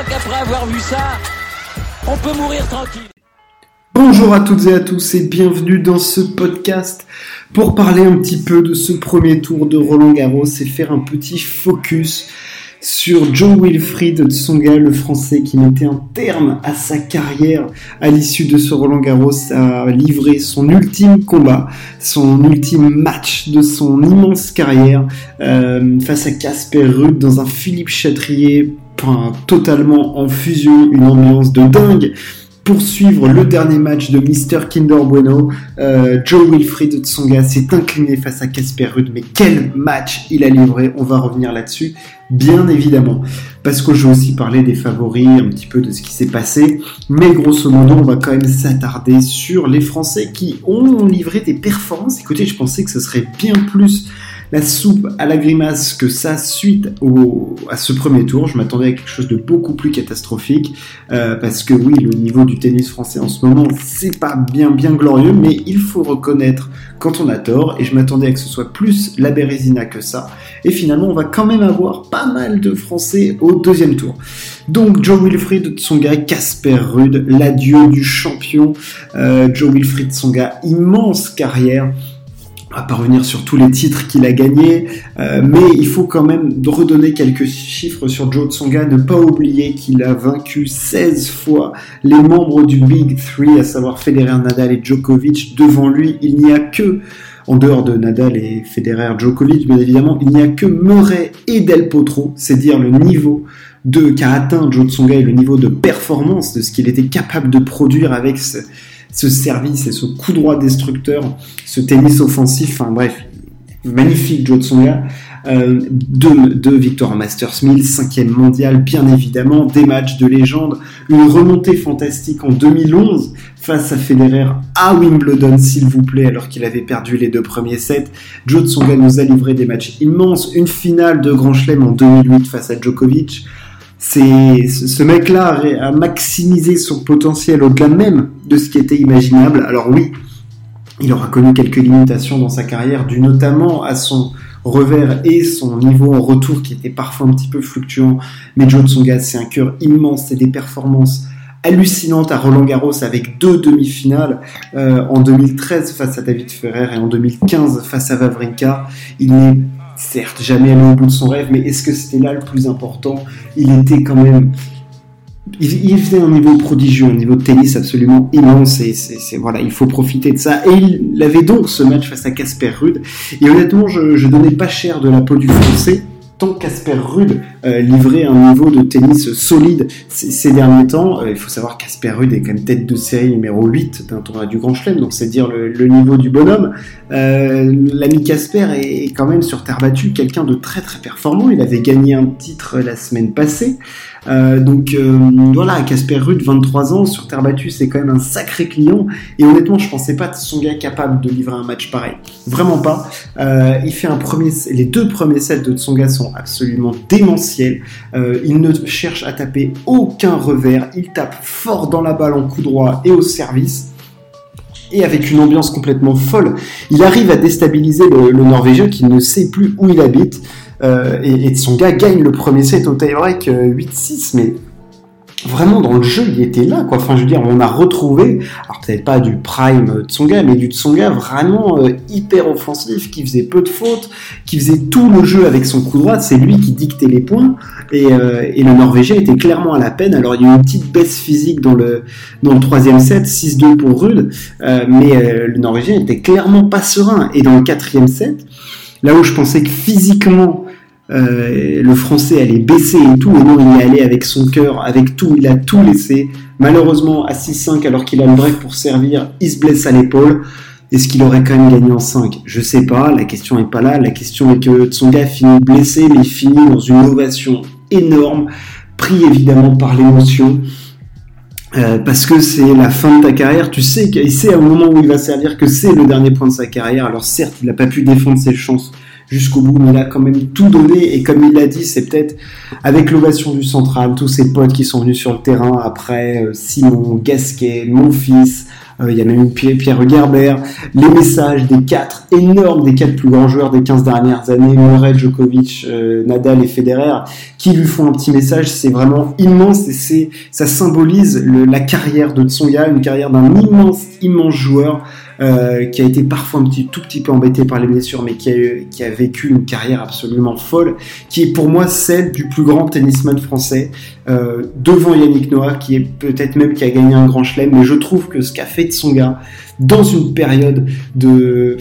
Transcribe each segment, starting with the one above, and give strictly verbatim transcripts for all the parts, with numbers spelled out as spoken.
crois qu'après avoir vu ça, on peut mourir tranquille. Bonjour à toutes et à tous et bienvenue dans ce podcast pour parler un petit peu de ce premier tour de Roland-Garros et faire un petit focus sur Jo-Wilfried Tsonga, le Français qui mettait un terme à sa carrière à l'issue de ce Roland-Garros, a livré son ultime combat, son ultime match de son immense carrière euh, face à Casper Ruud dans un Philippe Chatrier enfin, totalement en fusion, une ambiance de dingue. Pour suivre le dernier match de mister Kinder Bueno, euh, Jo-Wilfried Tsonga s'est incliné face à Casper Ruud, mais quel match il a livré, on va revenir là-dessus, bien évidemment, parce que je vais aussi parler des favoris, un petit peu de ce qui s'est passé, mais grosso modo, on va quand même s'attarder sur les Français qui ont livré des performances. Écoutez, je pensais que ce serait bien plus la soupe à la grimace que ça suite au, à ce premier tour. Je m'attendais à quelque chose de beaucoup plus catastrophique euh, parce que oui, le niveau du tennis français en ce moment, c'est pas bien bien glorieux, mais il faut reconnaître quand on a tort et je m'attendais à que ce soit plus la Bérésina que ça. Et finalement, on va quand même avoir pas mal de Français au deuxième tour. Donc, Jo-Wilfried Tsonga, Casper Ruud, l'adieu du champion. Euh, Jo-Wilfried Tsonga, immense carrière. On va pas revenir sur tous les titres qu'il a gagnés, euh, mais il faut quand même redonner quelques chiffres sur Jo Tsonga, ne pas oublier qu'il a vaincu seize fois les membres du Big Three, à savoir Federer, Nadal et Djokovic. Devant lui, il n'y a que, en dehors de Nadal et Federer, Djokovic, bien évidemment, il n'y a que Murray et Del Potro, c'est dire le niveau de, qu'a atteint Jo Tsonga et le niveau de performance de ce qu'il était capable de produire avec ce ce service et ce coup droit destructeur, ce tennis offensif, enfin bref, magnifique Jo Tsonga. Euh, deux, deux victoires en Masters mille, cinquième mondial, bien évidemment, des matchs de légende, une remontée fantastique en deux mille onze face à Federer à Wimbledon, s'il vous plaît, alors qu'il avait perdu les deux premiers sets. Jo Tsonga nous a livré des matchs immenses, une finale de Grand Chelem en deux mille huit face à Djokovic. C'est, ce mec-là a maximisé son potentiel au-delà même de ce qui était imaginable. Alors oui, il aura connu quelques limitations dans sa carrière, dues notamment à son revers et son niveau en retour qui était parfois un petit peu fluctuant. Mais Jo Tsonga, c'est un cœur immense, c'est des performances hallucinantes à Roland-Garros avec deux demi-finales euh, en deux mille treize face à David Ferrer et en deux mille quinze face à Wawrinka. Il n'est certes jamais allé au bout de son rêve, mais est-ce que c'était là le plus important ? Il était quand même... Il, il faisait un niveau prodigieux, un niveau de tennis absolument immense, et c'est, c'est, voilà, il faut profiter de ça. Et il avait donc ce match face à Casper Ruud, et honnêtement, je, je donnais pas cher de la peau du Français, tant Casper Ruud euh, livrait un niveau de tennis solide ces, ces derniers temps. Euh, il faut savoir que Casper Ruud est quand même tête de série numéro huit d'un tournoi du Grand Chelem, donc c'est dire le, le niveau du bonhomme. Euh, l'ami Casper est quand même sur terre battue quelqu'un de très très performant. Il avait gagné un titre la semaine passée. Euh, donc euh, voilà, Casper Ruud, vingt-trois ans, sur terre battue, c'est quand même un sacré client. Et honnêtement, je pensais pas de son gars capable de livrer un match pareil. Vraiment pas. Euh, il fait un premier, les deux premiers sets de Tsonga sont absolument démentiels. Euh, il ne cherche à taper aucun revers. Il tape fort dans la balle en coup droit et au service. Et avec une ambiance complètement folle, il arrive à déstabiliser le, le Norvégien qui ne sait plus où il habite. Euh, et, et Tsonga gagne le premier set au tie-break euh, huit six, mais vraiment dans le jeu il était là quoi. Enfin je veux dire, on a retrouvé, alors peut-être pas du prime Tsonga, mais du Tsonga vraiment euh, hyper offensif, qui faisait peu de fautes, qui faisait tout le jeu avec son coup droit. C'est lui qui dictait les points, et, euh, et le Norvégien était clairement à la peine. Alors il y a eu une petite baisse physique dans le dans le troisième set, six deux pour Ruud, euh, mais euh, le Norvégien était clairement pas serein. Et dans le quatrième set, là où je pensais que physiquement Euh, le Français allait baisser et tout, et non, il est allé avec son cœur, avec tout, il a tout laissé. Malheureusement, à six cinq, alors qu'il a le break pour servir, il se blesse à l'épaule. Est-ce qu'il aurait quand même gagné en cinq ? Je sais pas, la question est pas là. La question est que Tsonga finit blessé, mais finit dans une ovation énorme, pris évidemment par l'émotion. Euh, parce que c'est la fin de ta carrière, tu sais qu'il sait à un moment où il va servir que c'est le dernier point de sa carrière. Alors certes, il n'a pas pu défendre ses chances jusqu'au bout, mais il a quand même tout donné, et comme il l'a dit, c'est peut-être avec l'ovation du Central, tous ses potes qui sont venus sur le terrain après, euh, Simon, Gasquet, Monfils, Euh, il y a même eu Pierre, Pierre Gerber. Les messages des quatre énormes, des quatre plus grands joueurs des quinze dernières années, Murray, Djokovic, euh, Nadal et Federer, qui lui font un petit message, c'est vraiment immense et c'est, ça symbolise le, la carrière de Tsonga, une carrière d'un immense, immense joueur. Euh, qui a été parfois un petit, tout petit peu embêté par les blessures, mais qui a, qui a vécu une carrière absolument folle, qui est pour moi celle du plus grand tennisman français, euh, devant Yannick Noah, qui est peut-être même qui a gagné un grand chelem, mais je trouve que ce qu'a fait Tsonga, dans une période de...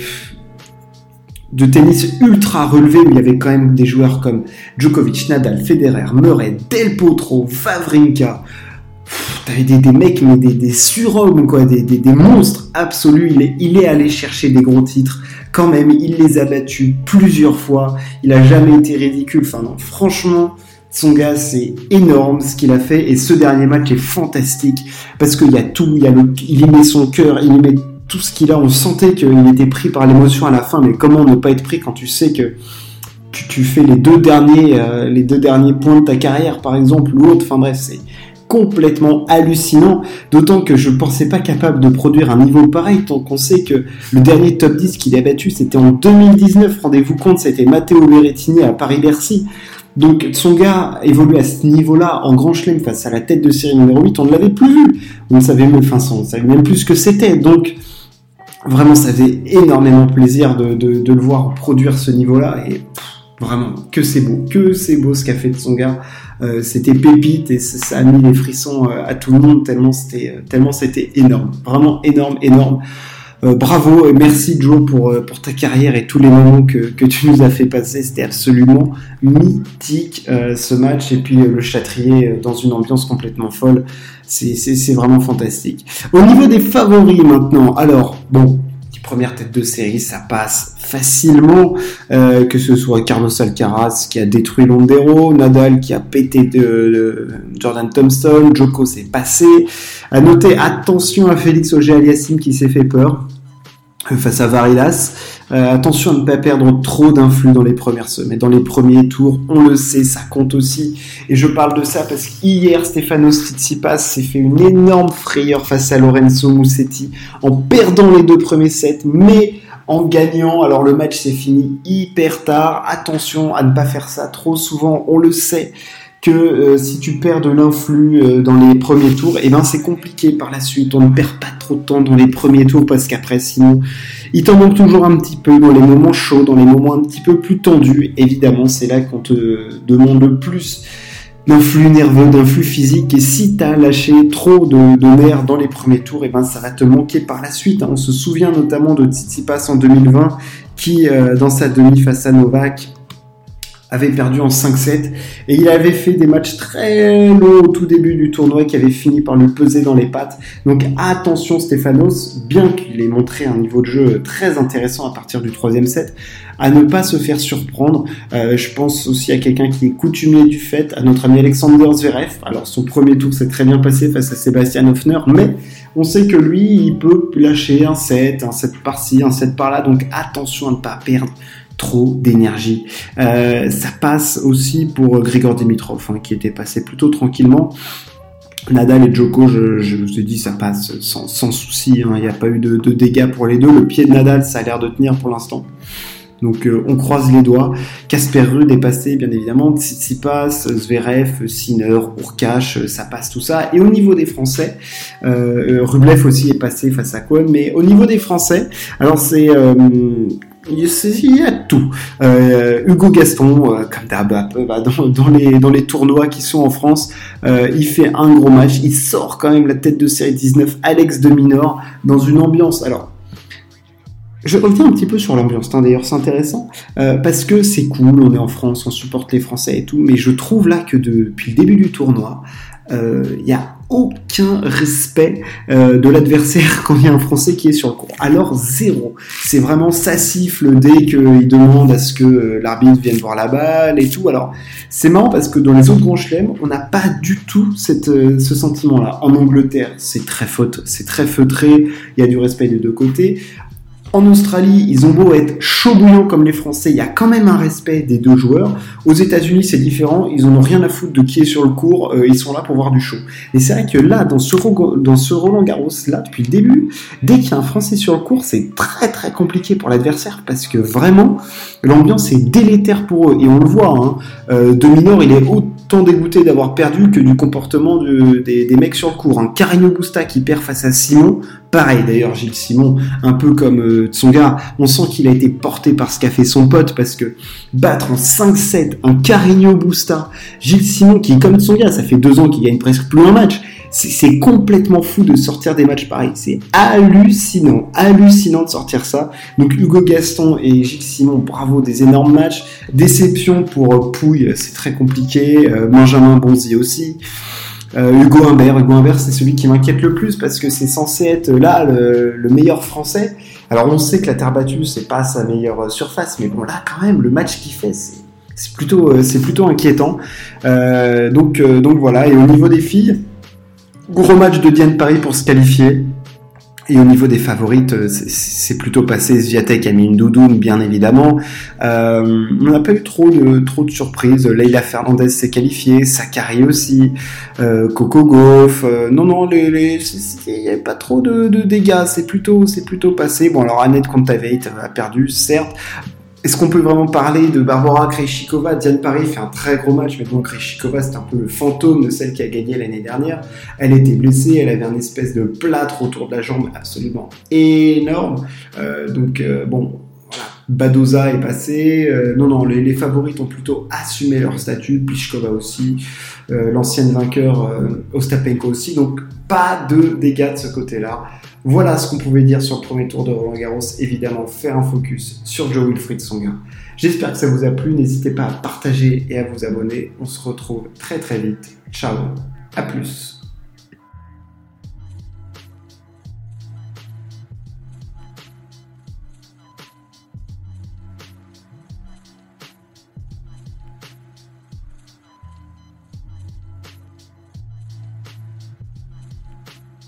de tennis ultra relevé où il y avait quand même des joueurs comme Djokovic, Nadal, Federer, Murray, Del Potro, Wawrinka. T'avais des, des mecs, mais des, des surhommes, quoi, des, des, des monstres absolus. Il est, il est allé chercher des gros titres. Quand même, il les a battus plusieurs fois. Il a jamais été ridicule. Enfin, non, franchement, Tsonga, c'est énorme ce qu'il a fait. Et ce dernier match est fantastique. Parce qu'il y a tout. Il, y a le, il y met son cœur, il y met tout ce qu'il a. On sentait qu'il était pris par l'émotion à la fin. Mais comment ne pas être pris quand tu sais que tu, tu fais les deux derniers, euh, les deux derniers points de ta carrière, par exemple, ou autre. Enfin bref, c'est complètement hallucinant, d'autant que je ne pensais pas capable de produire un niveau pareil, tant qu'on sait que le dernier top dix qu'il a battu, c'était en deux mille dix-neuf, rendez-vous compte, c'était Matteo Berrettini à Paris-Bercy. Donc Tsonga évolue à ce niveau-là, en grand chelem, face à la tête de série numéro huit, on ne l'avait plus vu, on ne savait même, enfin, on ne savait même plus ce que c'était, donc vraiment ça faisait énormément plaisir de, de, de le voir produire ce niveau-là, et pff, vraiment, que c'est beau, que c'est beau ce qu'a fait Tsonga. Euh, c'était pépite et ça a mis les frissons euh, à tout le monde tellement c'était, euh, tellement c'était énorme, vraiment énorme, énorme. Euh, bravo et merci Joe pour, euh, pour ta carrière et tous les moments que, que tu nous as fait passer, c'était absolument mythique euh, ce match et puis euh, le Châtrier euh, dans une ambiance complètement folle, c'est, c'est, c'est vraiment fantastique. Au niveau des favoris maintenant, alors bon, première tête de série, ça passe facilement, euh, que ce soit Carlos Alcaraz qui a détruit Londero, Nadal qui a pété de, de Jordan Thompson, Djoko s'est passé. À noter, attention à Félix Auger-Aliassime qui s'est fait peur euh, face à Varillas. Euh, attention à ne pas perdre trop d'influx dans les premières semaines, dans les premiers tours, on le sait, ça compte aussi. Et je parle de ça parce qu'hier, Stefanos Tsitsipas s'est fait une énorme frayeur face à Lorenzo Musetti en perdant les deux premiers sets, mais en gagnant. Alors le match s'est fini hyper tard. Attention à ne pas faire ça trop souvent, on le sait. Que euh, si tu perds de l'influx euh, dans les premiers tours, et eh ben c'est compliqué par la suite. On ne perd pas trop de temps dans les premiers tours parce qu'après, sinon, il t'en manque toujours un petit peu dans les moments chauds, dans les moments un petit peu plus tendus. Évidemment, c'est là qu'on te demande le plus d'influx nerveux, d'influx physique. Et si t'as lâché trop de, de nerfs dans les premiers tours, et eh ben ça va te manquer par la suite. Hein. On se souvient notamment de Tsitsipas en deux mille vingt qui, euh, dans sa demi face à Novak, avait perdu en cinq sept et il avait fait des matchs très longs au tout début du tournoi qui avaient fini par lui peser dans les pattes. Donc attention Stefanos, bien qu'il ait montré un niveau de jeu très intéressant à partir du troisième set, à ne pas se faire surprendre. Euh, je pense aussi à quelqu'un qui est coutumier du fait, à notre ami Alexander Zverev. Alors son premier tour s'est très bien passé face à Sébastien Hoffner, mais on sait que lui, il peut lâcher un set, un set par-ci, un set par-là, donc attention à ne pas perdre trop d'énergie. Euh, ça passe aussi pour Grigor Dimitrov, hein, qui était passé plutôt tranquillement. Nadal et Djoko, je, je vous ai dit, ça passe sans, sans souci. Hein, il n'y a pas eu de, de dégâts pour les deux. Le pied de Nadal, ça a l'air de tenir pour l'instant. Donc euh, on croise les doigts. Casper Ruud est passé, bien évidemment. Tsitsipas, Zverev, Sinner, Hurkacz, ça passe tout ça. Et au niveau des Français, euh, Rublev aussi est passé face à Cohen. Mais au niveau des Français, alors c'est... Euh, il y a tout. Euh, Hugo Gaston, euh, comme d'hab, bah, dans, dans, les, dans les tournois qui sont en France, euh, il fait un gros match. Il sort quand même la tête de série dix-neuf, Alex de Minaur, dans une ambiance. Alors, je reviens un petit peu sur l'ambiance, hein, d'ailleurs c'est intéressant, euh, parce que c'est cool, on est en France, on supporte les Français et tout, mais je trouve là que depuis le début du tournoi, il euh, n'y a aucun respect euh, de l'adversaire quand il y a un Français qui est sur le court. Alors zéro. C'est vraiment ça siffle dès qu'il demande à ce que euh, l'arbitre vienne voir la balle et tout. Alors c'est marrant parce que dans les autres grands chelems, on n'a pas du tout cette, euh, ce sentiment-là. En Angleterre, c'est très faute, c'est très feutré, il y a du respect des deux côtés. En Australie, ils ont beau être chaud bouillants comme les Français, il y a quand même un respect des deux joueurs. Aux États-Unis, c'est différent, ils en ont rien à foutre de qui est sur le court, euh, ils sont là pour voir du show. Et c'est vrai que là, dans ce, dans ce Roland-Garros, là, depuis le début, dès qu'il y a un Français sur le court, c'est très très compliqué pour l'adversaire parce que vraiment, l'ambiance est délétère pour eux. Et on le voit, hein, euh, De Minaur, il est autant dégoûté d'avoir perdu que du comportement de, des, des mecs sur le court. Hein. Carreño Busta qui perd face à Simon, pareil d'ailleurs, Gilles Simon, un peu comme euh, Tsonga, on sent qu'il a été porté par ce qu'a fait son pote, parce que battre en cinq sept un Carreño Busta, Gilles Simon qui est comme Tsonga, ça fait deux ans qu'il gagne presque plus un match, c'est, c'est complètement fou de sortir des matchs pareils, c'est hallucinant, hallucinant de sortir ça. Donc Hugo Gaston et Gilles Simon, bravo, des énormes matchs. Déception pour euh, Pouille, c'est très compliqué, euh, Benjamin Bonzi aussi. Euh, Hugo Humbert, Hugo Humbert c'est celui qui m'inquiète le plus parce que c'est censé être là le, le meilleur français. Alors on sait que la terre battue c'est pas sa meilleure surface, mais bon là quand même le match qu'il fait c'est, c'est plutôt c'est plutôt inquiétant. Euh, donc euh, donc voilà. Et au niveau des filles, gros match de Diane Paris pour se qualifier. Et au niveau des favorites, c'est, c'est plutôt passé. Swiatek a mis une doudoune, bien évidemment. Euh, on n'a pas eu trop de, trop de surprises. Leila Fernandez s'est qualifiée, Sakkari aussi, euh, Coco Gauff. Euh, non, non, les, les, il n'y avait pas trop de, de dégâts. C'est plutôt, c'est plutôt passé. Bon, alors Anett Kontaveit a perdu, certes. Est-ce qu'on peut vraiment parler de Barbora Krejcikova? Diane Paris fait un très gros match, mais bon, Krejcikova, c'était un peu le fantôme de celle qui a gagné l'année dernière. Elle était blessée, elle avait un espèce de plâtre autour de la jambe absolument énorme. Euh, donc, euh, bon, voilà. Badoza est passé. Euh, non, non, les, les favorites ont plutôt assumé leur statut. Pliskova aussi. Euh, l'ancienne vainqueur euh, Ostapenko aussi. Donc, pas de dégâts de ce côté-là. Voilà ce qu'on pouvait dire sur le premier tour de Roland-Garros. Évidemment, faire un focus sur Jo-Wilfried Tsonga. J'espère que ça vous a plu. N'hésitez pas à partager et à vous abonner. On se retrouve très très vite. Ciao, à plus.